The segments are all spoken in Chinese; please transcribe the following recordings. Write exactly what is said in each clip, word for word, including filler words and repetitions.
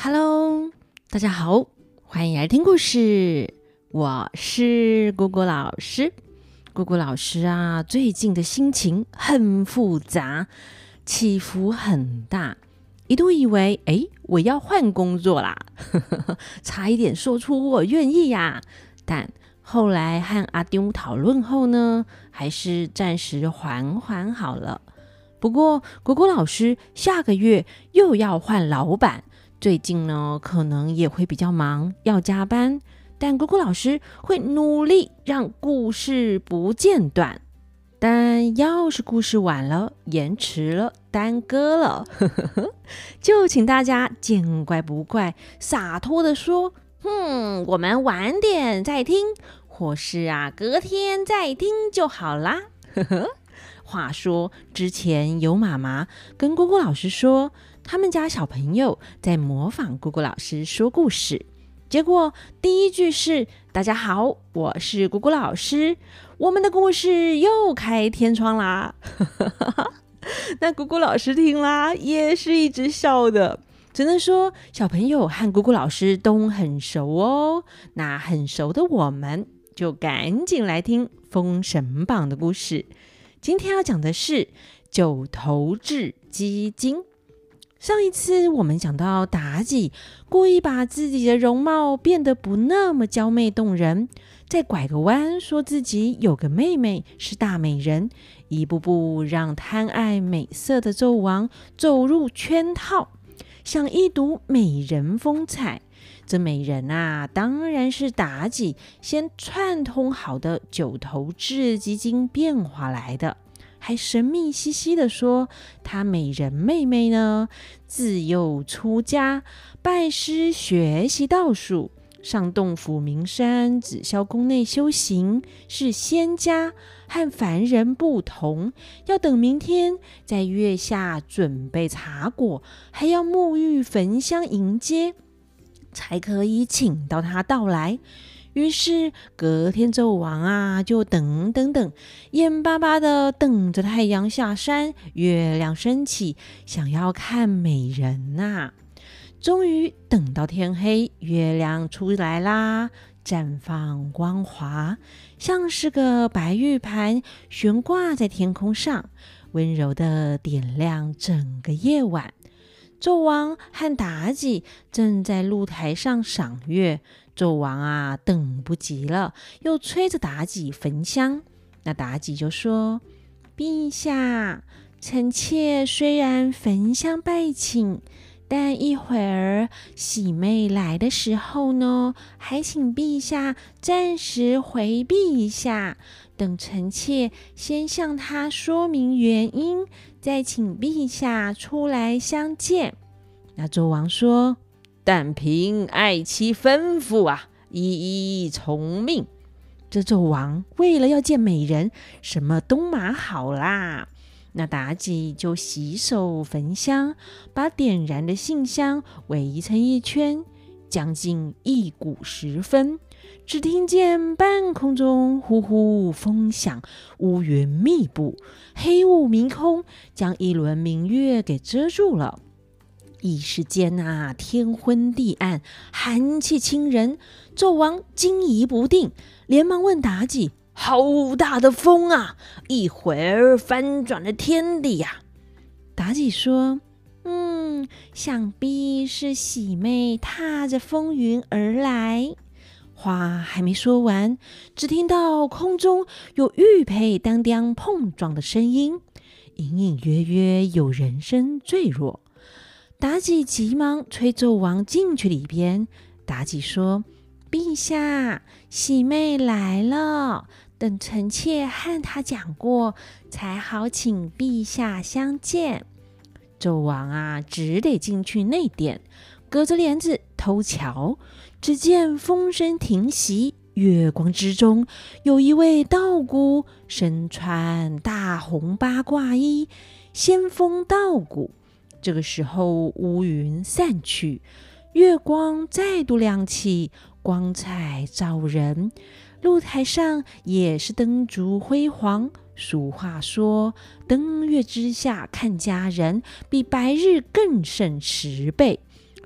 Hello，大家好，欢迎来听故事。我是姑姑老师。姑姑老师啊，最近的心情很复杂，起伏很大，一度以为诶我要换工作啦，差一点说出我愿意呀、啊。但后来和阿丢讨论后呢，还是暂时缓缓好了。不过姑姑老师下个月又要换老板，最近呢可能也会比较忙，要加班，但姑姑老师会努力让故事不间断。但要是故事晚了、延迟了、耽搁了，呵呵呵就请大家见怪不怪，洒脱的说：“哼，我们晚点再听，或是啊隔天再听就好啦。”呵呵。话说之前有妈妈跟姑姑老师说，他们家小朋友在模仿姑姑老师说故事，结果第一句是大家好，我是姑姑老师，我们的故事又开天窗啦。那姑姑老师听啦也是一直笑的，只能说小朋友和姑姑老师都很熟哦。那很熟的我们就赶紧来听封神榜的故事。今天要讲的是九头雉鸡精。上一次我们讲到妲己故意把自己的容貌变得不那么娇媚动人，再拐个弯说自己有个妹妹是大美人，一步步让贪爱美色的纣王走入圈套，想一睹美人风采。这美人啊，当然是妲己先串通好的九头雉鸡精变化来的，还神秘兮兮的说，她美人妹妹呢，自幼出家，拜师学习道术，上洞府名山紫霄宫内修行，是仙家，和凡人不同，要等明天在月下准备茶果，还要沐浴焚香迎接，才可以请到他到来。于是隔天纣王啊就等等等，眼巴巴的等着太阳下山，月亮升起，想要看美人啊。终于等到天黑，月亮出来啦，绽放光华，像是个白玉盘悬挂在天空上，温柔的点亮整个夜晚。纣王和妲己正在露台上赏月，纣王啊等不及了，又催着妲己焚香。那妲己就说：陛下，臣妾虽然焚香拜请，但一会儿喜妹来的时候呢，还请陛下暂时回避一下，等臣妾先向她说明原因，再请陛下出来相见。那纣王说：但凭爱妻吩咐啊，一一从命。这纣王为了要见美人，什么都码好啦。那妲己就洗手焚香，把点燃的信香围成一圈，将近一鼓时分，只听见半空中呼呼风响，乌云密布，黑雾迷空，将一轮明月给遮住了。一时间啊，天昏地暗，寒气侵人。纣王惊疑不定，连忙问妲己：好大的风啊，一会儿翻转了天地呀、啊！妲己说：嗯，想必是喜妹踏着风云而来。话还没说完，只听到空中有玉佩当当碰撞的声音，隐隐约约有人声坠落。妲己急忙催纣王进去里边。妲己说：陛下，喜妹来了，等臣妾和她讲过，才好请陛下相见。纣王啊，只得进去内殿，隔着帘子偷瞧。只见风声停息，月光之中有一位道姑，身穿大红八卦衣，仙风道骨。这个时候乌云散去，月光再度亮起，光彩照人。露台上也是灯烛辉煌。俗话说，登月之下看佳人，比白日更胜十倍。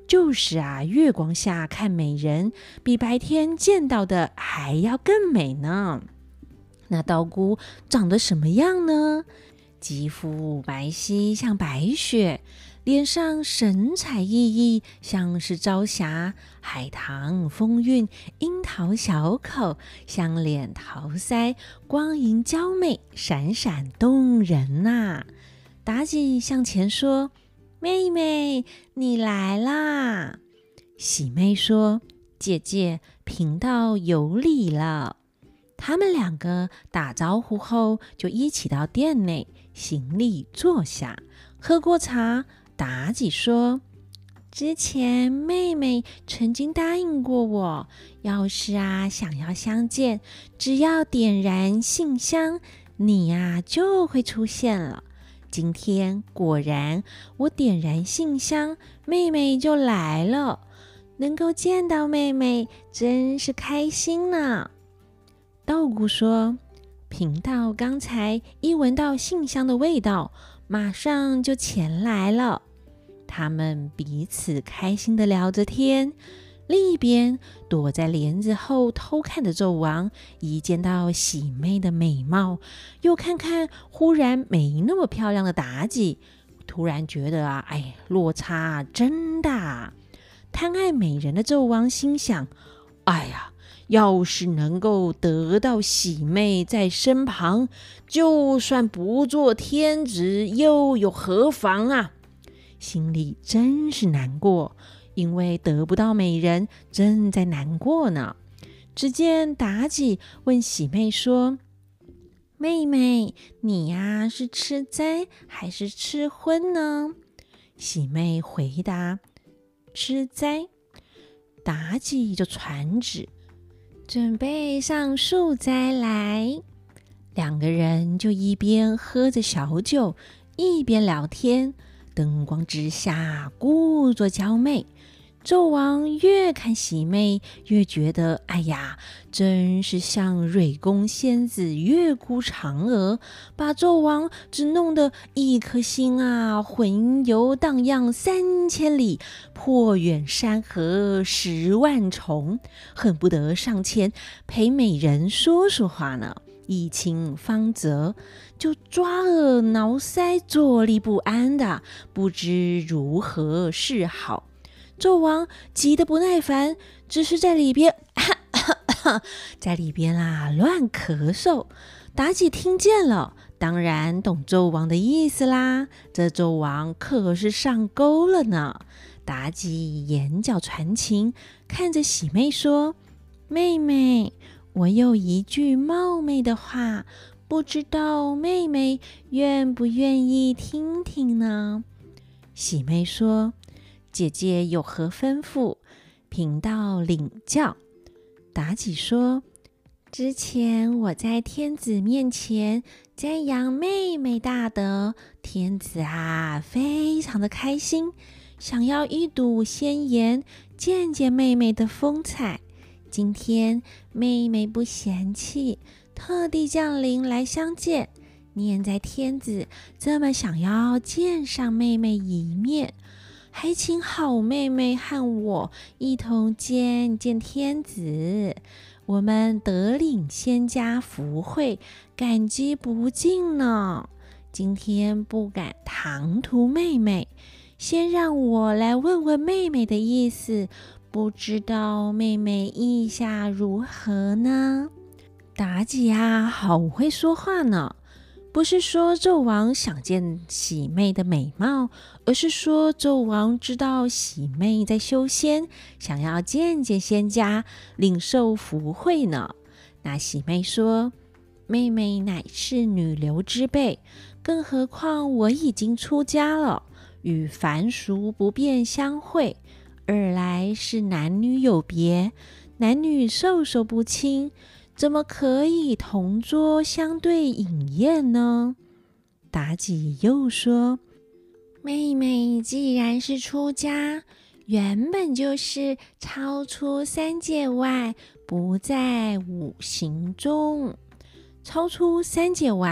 就是啊，月光下看美人，比白天见到的还要更美呢。那道姑长得什么样呢？肌肤白皙像白雪，脸上神采奕奕，像是朝霞，海棠风韵，樱桃小口，香脸桃腮，光莹娇媚，闪闪动人呐、啊。妲己向前说：“妹妹，你来啦！”喜妹说：“姐姐，贫道有礼了。”他们两个打招呼后，就一起到店内行礼坐下，喝过茶。妲己说：“之前妹妹曾经答应过我，要是啊想要相见，只要点燃信香，你呀、啊、就会出现了。今天果然，我点燃信香，妹妹就来了。能够见到妹妹，真是开心呢。”道姑说：“贫道刚才一闻到信香的味道，马上就前来了。”他们彼此开心地聊着天。另一边，躲在帘子后偷看的纣王，一见到喜妹的美貌，又看看忽然没那么漂亮的妲己，突然觉得啊，哎，落差真大。贪爱美人的纣王心想：哎呀，要是能够得到喜妹在身旁，就算不做天子又有何妨啊？心里真是难过，因为得不到美人，正在难过呢。只见妲己问喜妹说：“妹妹，你呀是吃斋还是吃荤呢？”喜妹回答：“吃斋。”妲己就传旨，准备上素斋来。两个人就一边喝着小酒，一边聊天。灯光之下，故作娇媚。纣王越看喜妹，越觉得哎呀，真是像蕊宫仙子月姑嫦娥，把纣王只弄得一颗心啊魂游荡漾三千里，破远山河十万重，恨不得上前陪美人说说话呢。一亲芳泽，就抓耳挠腮，坐立不安的，不知如何是好。纣王急得不耐烦，只是在里边在里边啊乱咳嗽。妲己听见了，当然懂纣王的意思啦。这纣王可是上钩了呢。妲己眼角传情，看着喜妹说：“妹妹，我有一句冒昧的话，不知道妹妹愿不愿意听听呢？”喜妹说：“姐姐有何吩咐，贫道领教。”妲己说：“之前我在天子面前赞扬妹妹大德，天子啊非常的开心，想要一睹仙颜，见见妹妹的风采。今天妹妹不嫌弃，特地降临来相见。念在天子这么想要见上妹妹一面，还请好妹妹和我一同见见天子，我们得领仙家福惠，感激不尽呢。今天不敢唐突妹妹，先让我来问问妹妹的意思，不知道妹妹意下如何呢？”妲己啊，好会说话呢。不是说纣王想见喜妹的美貌，而是说纣王知道喜妹在修仙，想要见见仙家，领受福惠呢。那喜妹说：“妹妹乃是女流之辈，更何况我已经出家了，与凡俗不便相会。二来是男女有别，男女授受不亲，怎么可以同桌相对饮宴呢？”妲己又说：“妹妹既然是出家，原本就是超出三界外，不在五行中。超出三界外，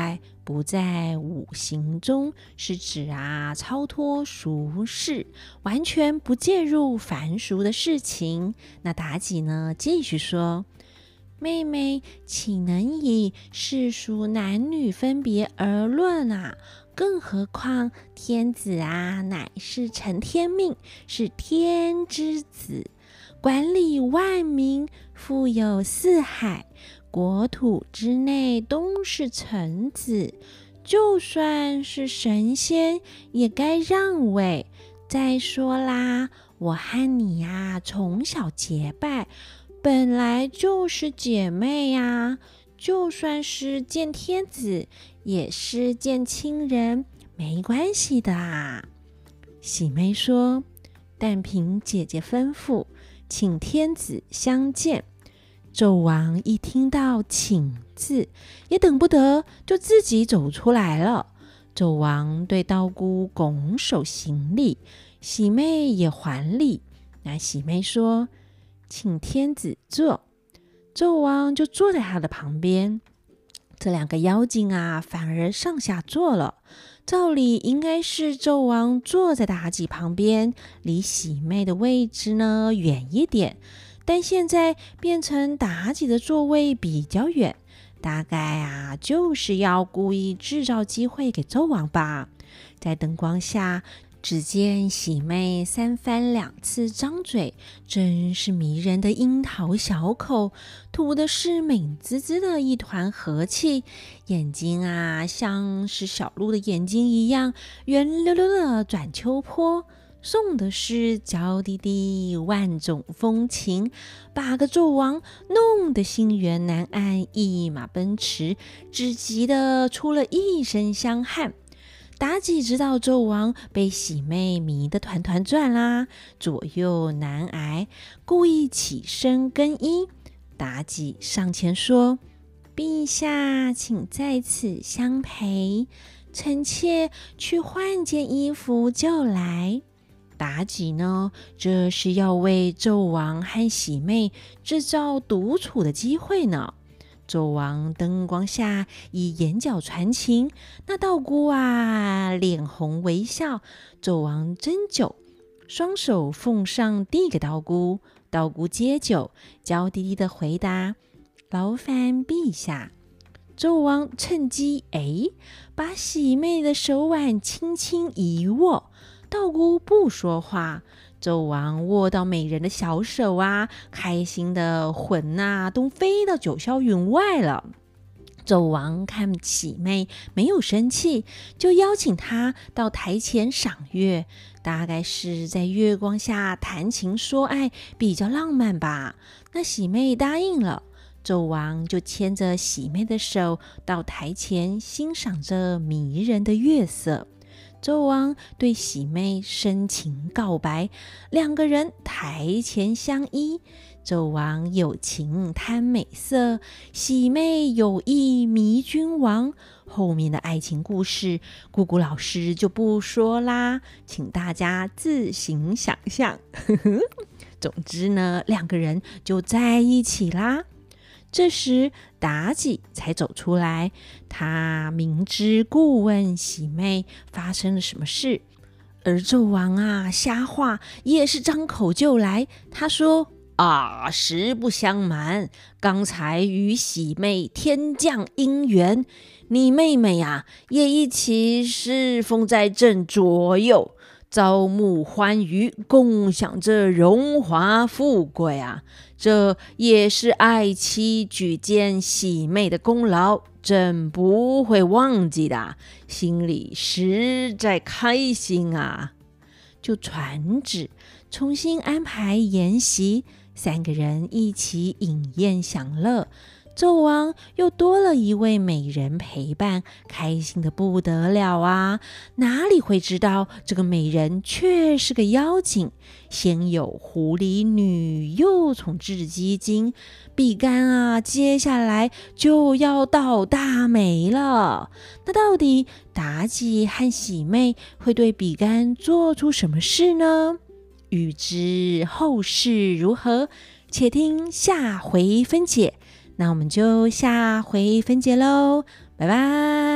不在五行中，是指啊超脱俗世，完全不介入凡俗的事情。那妲己呢，继续说：妹妹岂能以世俗男女分别而论啊？更何况天子啊，乃是承天命，是天之子，管理万民，富有四海，国土之内都是臣子，就算是神仙也该让位。再说啦，我和你呀、啊，从小结拜，本来就是姐妹呀、啊，就算是见天子，也是见亲人，没关系的啊。喜妹说：但凭姐姐吩咐，请天子相见。纣王一听到请字，也等不得，就自己走出来了。纣王对道姑拱手行礼，喜妹也还礼。那喜妹说：请天子坐。纣王就坐在他的旁边。这两个妖精啊，反而上下坐了。照理应该是纣王坐在妲己旁边，离喜妹的位置呢远一点，但现在变成妲己的座位比较远，大概啊就是要故意制造机会给纣王吧。在灯光下，只见喜妹三番两次张嘴，真是迷人的樱桃小口，吐的是美滋滋的一团和气，眼睛啊像是小鹿的眼睛一样圆溜溜的转秋波，送的是娇滴滴万种风情，把个纣王弄得心猿难安，一马奔驰，只急得出了一身香汗。妲己知道纣王被喜妹迷得团团转啦，左右难挨，故意起身更衣。妲己上前说：陛下请在此相陪，臣妾去换件衣服就来。妲己呢，这是要为纣王和喜妹制造独处的机会呢。纣王灯光下以眼角传情，那道姑啊脸红微笑。纣王斟酒，双手奉上递给道姑，道姑接酒，娇滴滴的回答：劳烦陛下。纣王趁机哎，把喜妹的手腕轻轻一握，道姑不说话。纣王握到美人的小手啊，开心的魂啊都飞到九霄云外了。纣王看喜妹没有生气，就邀请她到台前赏月，大概是在月光下谈情说爱，比较浪漫吧。那喜妹答应了，纣王就牵着喜妹的手到台前欣赏着迷人的月色。纣王对喜妹深情告白，两个人台前相依。纣王有情贪美色，喜妹有意迷君王。后面的爱情故事，姑姑老师就不说啦，请大家自行想象。总之呢，两个人就在一起啦。这时妲己才走出来，她明知故问喜妹发生了什么事，而纣王啊瞎话也是张口就来。他说啊，实不相瞒，刚才与喜妹天降姻缘，你妹妹啊也一起侍奉在正左右，朝暮欢娱，共享着荣华富贵啊！这也是爱妻举荐喜妹的功劳，朕不会忘记的，心里实在开心啊！就传旨重新安排筵席，三个人一起饮宴享乐。纣王又多了一位美人陪伴，开心的不得了啊！哪里会知道这个美人却是个妖精？先有狐狸女，又从雉鸡精，比干啊，接下来就要倒大霉了。那到底妲己和喜妹会对比干做出什么事呢？欲知后事如何，且听下回分解。那我们就下回分解喽，拜拜。